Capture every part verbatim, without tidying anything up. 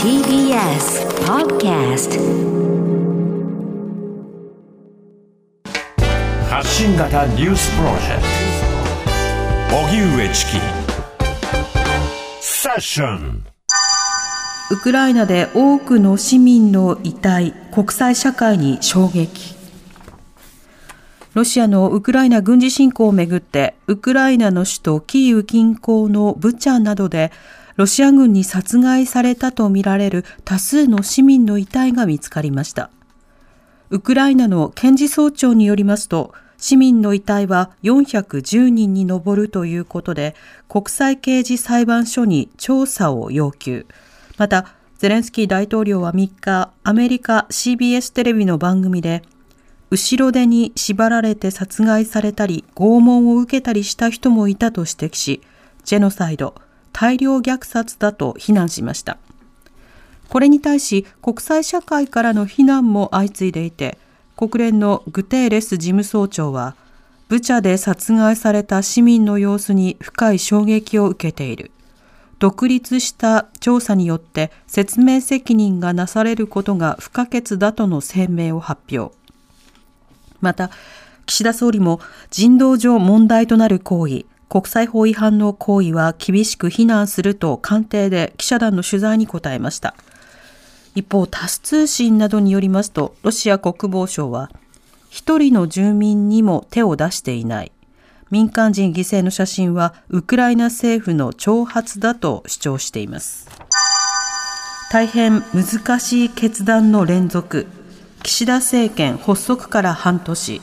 ティービーエス Podcast 発信型ニュースプロジェクト荻上チキセッション。 ウクライナで多くの市民の遺体、国際社会に衝撃。ロシアのウクライナ軍事侵攻をめぐって、ウクライナの首都キーウ近郊のブチャなどでロシア軍に殺害されたとみられる多数の市民の遺体が見つかりました。ウクライナの検事総長によりますと、市民の遺体はよんひゃくじゅうにんに上るということで、国際刑事裁判所に調査を要求。また、ゼレンスキー大統領はみっか、アメリカ シービーエス テレビの番組で、後ろ手に縛られて殺害されたり、拷問を受けたりした人もいたと指摘し、ジェノサイド、大量虐殺だと非難しました。これに対し、国際社会からの非難も相次いでいて、国連のグテーレス事務総長は、ブチャで殺害された市民の様子に深い衝撃を受けている。独立した調査によって説明責任がなされることが不可欠だとの声明を発表。また、岸田総理も人道上問題となる行為、国際法違反の行為は厳しく非難すると官邸で記者団の取材に答えました。一方、タス通信などによりますと、ロシア国防省は、一人の住民にも手を出していない。民間人犠牲の写真はウクライナ政府の挑発だと主張しています。大変難しい決断の連続。岸田政権発足から半年。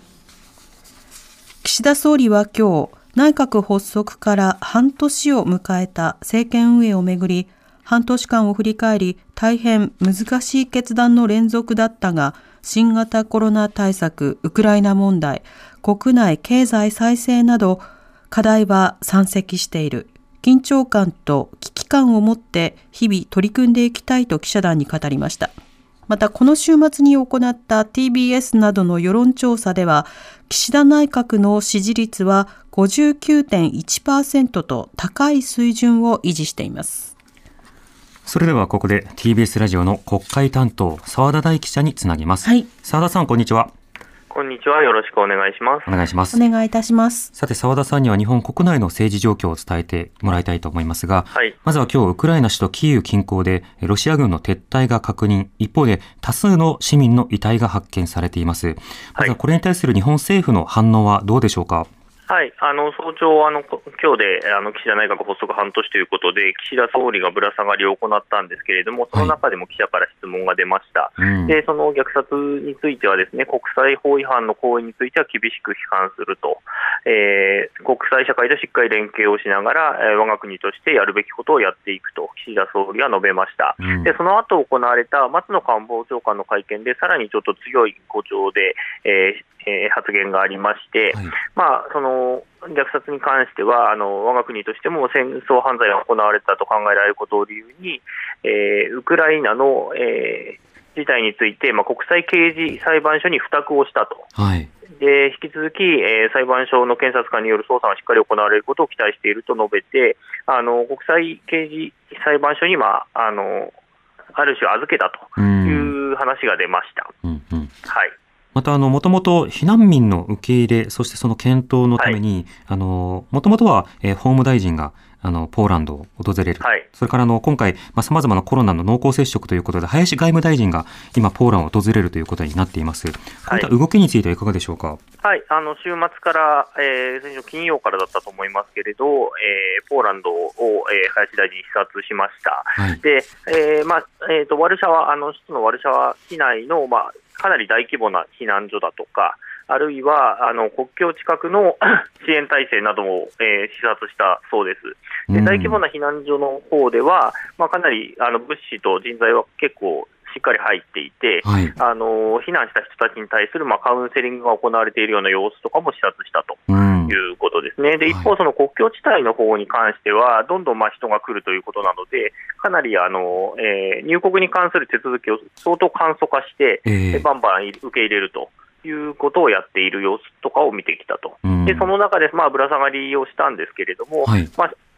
岸田総理は今日、内閣発足から半年を迎えた政権運営をめぐり、半年間を振り返り、大変難しい決断の連続だったが、新型コロナ対策、ウクライナ問題、国内経済再生など、課題は山積している。緊張感と危機感を持って日々取り組んでいきたいと記者団に語りました。また、この週末に行った ティービーエス などの世論調査では、岸田内閣の支持率は ごじゅうきゅうてんいちパーセント と高い水準を維持しています。 それではここで ティービーエス ラジオの国会担当、澤田大記者につなぎます。 はい。 澤田さん、こんにちは。 こんにちは。よろしくお願いします。 お願いします。 お願いいたします。 さて、澤田さんには日本国内の政治状況を伝えてもらいたいと思いますが、 はい、 まずは今日ウクライナ首都キーウ近郊でロシア軍の撤退が確認、一方で多数の市民の遺体が発見されています。まずはこれに対する日本政府の反応はどうでしょうか。 はい、あの早朝あの今日であの岸田内閣発足半年ということで、岸田総理がぶら下がりを行ったんですけれども、その中でも記者から質問が出ました。はい、でその虐殺についてはですね、国際法違反の行為については厳しく批判すると、えー、国際社会としっかり連携をしながら、えー、我が国としてやるべきことをやっていくと岸田総理は述べました。うん、でその後行われた松野官房長官の会見で、さらにちょっと強い語調で、えーえー、発言がありまして、はい、まあその虐殺に関してはあの我が国としても戦争犯罪が行われたと考えられることを理由に、えー、ウクライナの、えー、事態について、まあ、国際刑事裁判所に付託をしたと。はい、で引き続き、えー、裁判所の検察官による捜査がしっかり行われることを期待していると述べて、あの国際刑事裁判所に、まあ、あのある種預けたという話が出ました。うんうん、はい。 また、あの、もともと避難民の受け入れ、そしてその検討のために、はい、あの、もともとは、えー、法務大臣が、あの、ポーランドを訪れる。はい、それから、あの、今回、まあ、様々なコロナの濃厚接触ということで、林外務大臣が今、ポーランドを訪れるということになっています。こういった動きについてはいかがでしょうか。 はい、あの、週末から、えー、先週金曜からだったと思いますけれど、えー、ポーランドを、えー、林大臣視察しました。はい、で、えー、まあ、えっと、ワルシャワ、あの、首都のワルシャワ市内の、まあ、かなり大規模な避難所だとか、あるいはあの国境近くの支援体制なども、えー、視察したそうです。で大規模な避難所の方では、まあ、かなりあの物資と人材は結構しっかり入っていて、はい、あの避難した人たちに対する、まあ、カウンセリングが行われているような様子とかも視察したということですね。で一方、その国境地帯の方に関してはどんどんまあ人が来るということなので、かなりあの、えー、入国に関する手続きを相当簡素化して、えー、バンバン受け入れるということをやっている様子とかを見てきたと。でその中で、まあ、ぶら下がりをしたんですけれども、はい、まあ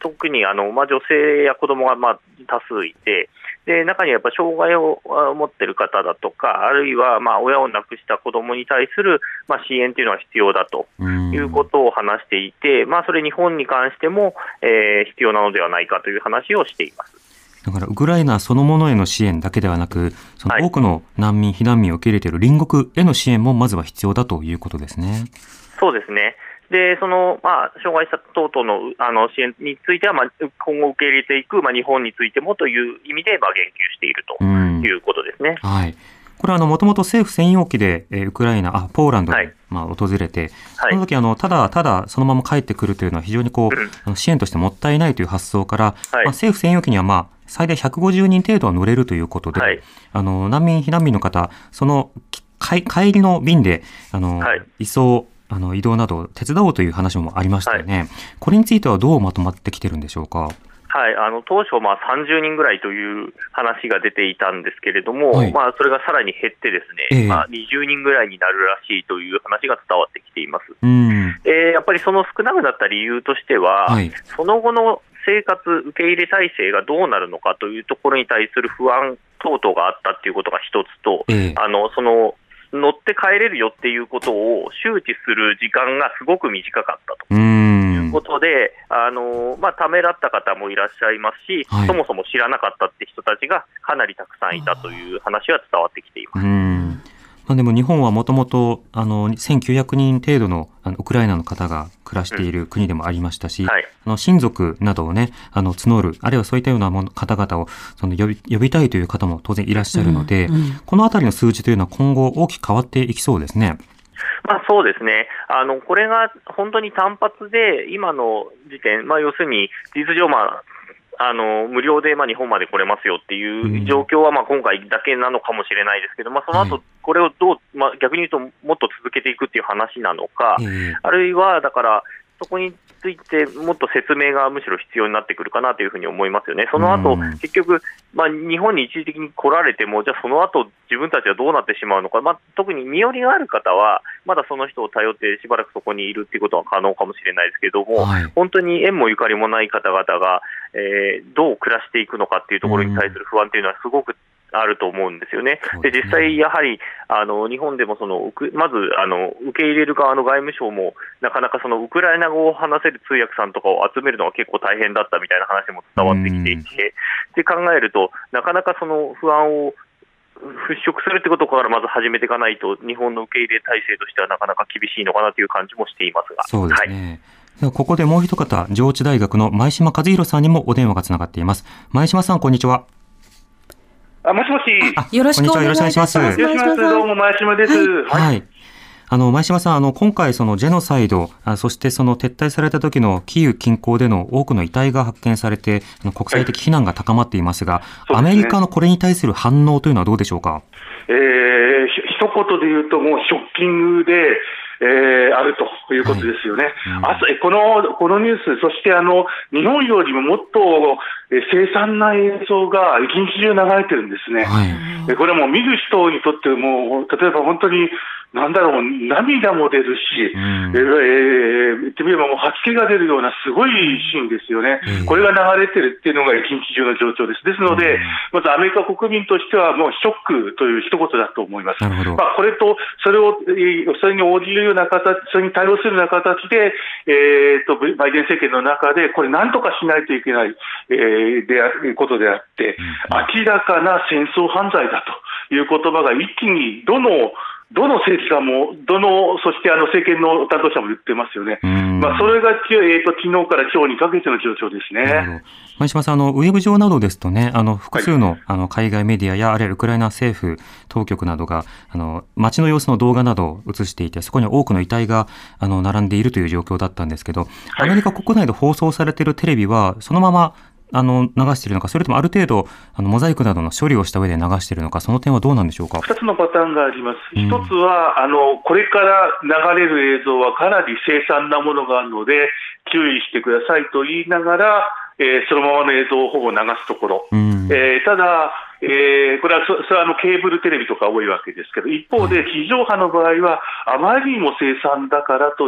特にあの、まあ、女性や子供がまあ多数いて、で中にはやっぱ障害を持っている方だとか、あるいはまあ親を亡くした子供に対するまあ支援というのは必要だということを話していて、まあ、それ日本に関しても、えー、必要なのではないかという話をしています。 だからウクライナそのものへの支援だけではなく、その多くの難民、はい、避難民を受け入れている隣国への支援もまずは必要だということですね。 そうですね。でそのまあ、障害者等々 の, あの支援については、まあ、今後受け入れていく、まあ、日本についてもという意味で、まあ、言及しているということですね。 はい、これはもともと政府専用機で、えー、ウクライナあポーランドに、はいまあ、訪れて、はい、その時あのただただそのまま帰ってくるというのは非常にこう、うん、あの支援としてもったいないという発想から、はいまあ、政府専用機には、まあ、最大ひゃくごじゅうにん程度は乗れるということで、はい、あの難民避難民の方その帰りの便であの、はい、移送あの移動などを手伝おうという話もありましたよね、はい、これについてはどうまとまってきてるんでしょうか。 はい、あの当初、まあ、さんじゅうにんぐらいという話が出ていたんですけれども、はいまあ、それがさらに減ってですね、えーまあ、にじゅうにんぐらいになるらしいという話が伝わってきています。うんでやっぱりその少なくなった理由としては、はい、その後の生活受け入れ体制がどうなるのかというところに対する不安等々があったということが一つと、えー、あのその乗って帰れるよっていうことを周知する時間がすごく短かったということで、あの、まあ、ためらった方もいらっしゃいますし、はい、そもそも知らなかったって人たちがかなりたくさんいたという話は伝わってきています。うんまあ、でも日本はもともとせんきゅうひゃくにん程度 の, あのウクライナの方が暮らしている国でもありましたし、うんはい、あの親族などを、ね、あの募るあるいはそういったようなもの方々をその呼び、呼びたいという方も当然いらっしゃるので、うんうん、このあたりの数字というのは今後大きく変わっていきそうですね。 まあ、そうですね。あのこれが本当に単発で今の時点、まあ、要するに事実上、まああの無料でまあ日本まで来れますよっていう状況はまあ今回だけなのかもしれないですけど、まあ、その後これをどう、まあ、逆に言うともっと続けていくっていう話なのか、あるいはだからそこについてもっと説明がむしろ必要になってくるかなというふうに思いますよね。その後結局、まあ、日本に一時的に来られてもじゃあその後自分たちはどうなってしまうのか、まあ、特に身寄りがある方はまだその人を頼ってしばらくそこにいるっていうことは可能かもしれないですけども、はい、本当に縁もゆかりもない方々が、えー、どう暮らしていくのかっていうところに対する不安というのはすごくあると思うんですよね。で実際やはりあの日本でもそのまずあの受け入れる側の外務省もなかなかそのウクライナ語を話せる通訳さんとかを集めるのが結構大変だったみたいな話も伝わってきていて、で考えるとなかなかその不安を払拭するということからまず始めていかないと日本の受け入れ体制としてはなかなか厳しいのかなという感じもしていますが。 そうですね、はい、ここでもう一方上智大学の前島和弘さんにもお電話がつながっています。前島さんこんにちは。 あ、もしもし。 よろしくお願いします。 よろしくお願いします。どうも前島です。 はい。はい、あの前島さん、あの今回そのジェノサイド、あそしてその撤退された時のキーウ近郊での多くの遺体が発見されて、あの国際的非難が高まっていますが、はい、アメリカのこれに対する反応というのはどうでしょうか。 えー、一言で言うともうショッキングで。えー、あるということですよね。はいうん、あこの、このニュース、そしてあの日本よりももっと凄惨な映像が一日中流れてるんですね。はい、これはもう見る人にとっても例えば本当になんだろう涙も出るし、うんえー、言ってみればもう吐き気が出るようなすごいシーンですよね。うん、これが流れてるっていうのが一日中の状況です。ですので、うん、まずアメリカ国民としてはもうショックという一言だと思います。なるほど。まあ、これとそれをそれに応じるような形、それに対応するような形で、えー、とバイデン政権の中でこれ何とかしないといけない、えー、であることであって、うん、明らかな戦争犯罪だという言葉が一気にどのどの政治家もどのそしてあの政権の担当者も言ってますよね。まあ、それが、えー、と昨日から今日にかけての状況ですね。 前島さん、あのウェブ上などですとね、あの複数の、はい、あの海外メディアやあるいはウクライナ政府当局などがあの街の様子の動画などを映していて、そこに多くの遺体があの並んでいるという状況だったんですけど、アメリカ国内で放送されているテレビはそのままあの流しているのか、それともある程度あのモザイクなどの処理をした上で流しているのか、その点はどうなんでしょうか。 ふたつのパターンがあります。一つはあのこれから流れる映像はかなり凄惨なものがあるので注意してくださいと言いながら、えー、そのままの映像をほぼ流すところ、えー、ただ、えー、これは そ, それはあのケーブルテレビとか多いわけですけど、一方で地上波の場合はあまりにも凄惨だからといって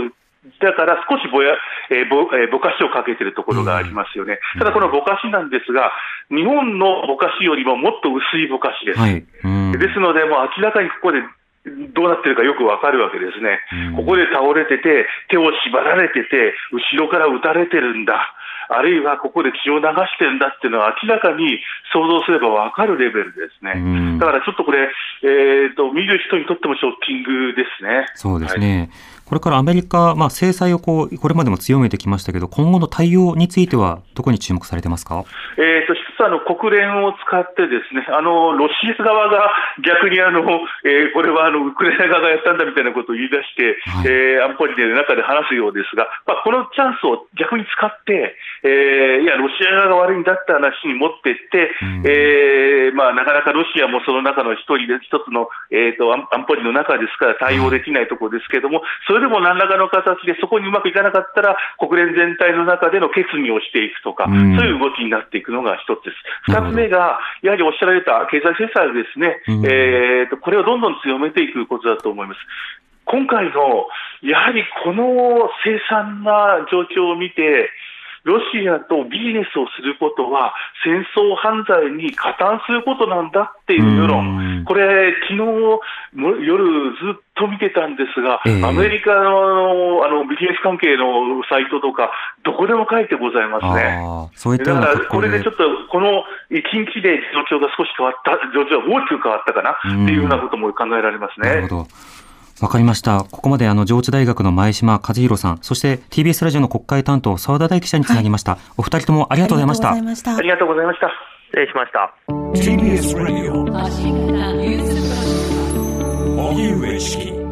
だから少しぼや、えーぼえー、ぼかしをかけているところがありますよね。うん、ただこのぼかしなんですが、日本のぼかしよりももっと薄いぼかしです。はい、うん、ですので、もう明らかにここでどうなってるかよくわかるわけですね。うん、ここで倒れてて、手を縛られてて、後ろから撃たれてるんだ。あるいはここで血を流してるんだっていうのは明らかに想像すればわかるレベルですね。うん、だからちょっとこれ、えーと、見る人にとってもショッキングですね。 そうですね。はい、これからアメリカ、まあ、制裁をこうこれまでも強めてきましたけど、今後の対応についてはどこに注目されてますか？ えーと、一つあの国連を使ってですね、あのロシア側が逆にあの、えー、これはあのウクライナ側がやったんだみたいなことを言い出して、はい、えー、安保理の中で話すようですが、まあ、このチャンスを逆に使って、えー、いやロシア側が悪いんだって話に持っていって、うん、えーまあ、なかなかロシアもその中の一人で一つの、えーと、安保理の中ですから対応できないところですけれども、それでも何らかの形でそこにうまくいかなかったら国連全体の中での決議をしていくとか、うん、そういう動きになっていくのが一つです。二つ目がやはりおっしゃられた経済制裁ですね、うん、えーと、これをどんどん強めていくことだと思います。今回のやはりこの凄惨な状況を見て、ロシアとビジネスをすることは戦争犯罪に加担することなんだっていう世論、これ昨日夜ずっと見てたんですが、えー、アメリカ の, あのビジネス関係のサイトとかどこでも書いてございますね。 そういったようなだからこれでちょっとこのいちにちで状況が少し変わった、状況が大きく変わったかなっていうようなことも考えられますね。 なるほど、わかりました。ここまであの上智大学の前島和弘さん、そして ティービーエス ラジオの国会担当澤田大記者につなぎました。はい、お二人ともありがとうございました。 ありがとうございました。 失礼しました。 ティービーエス ラジオ荻上チキ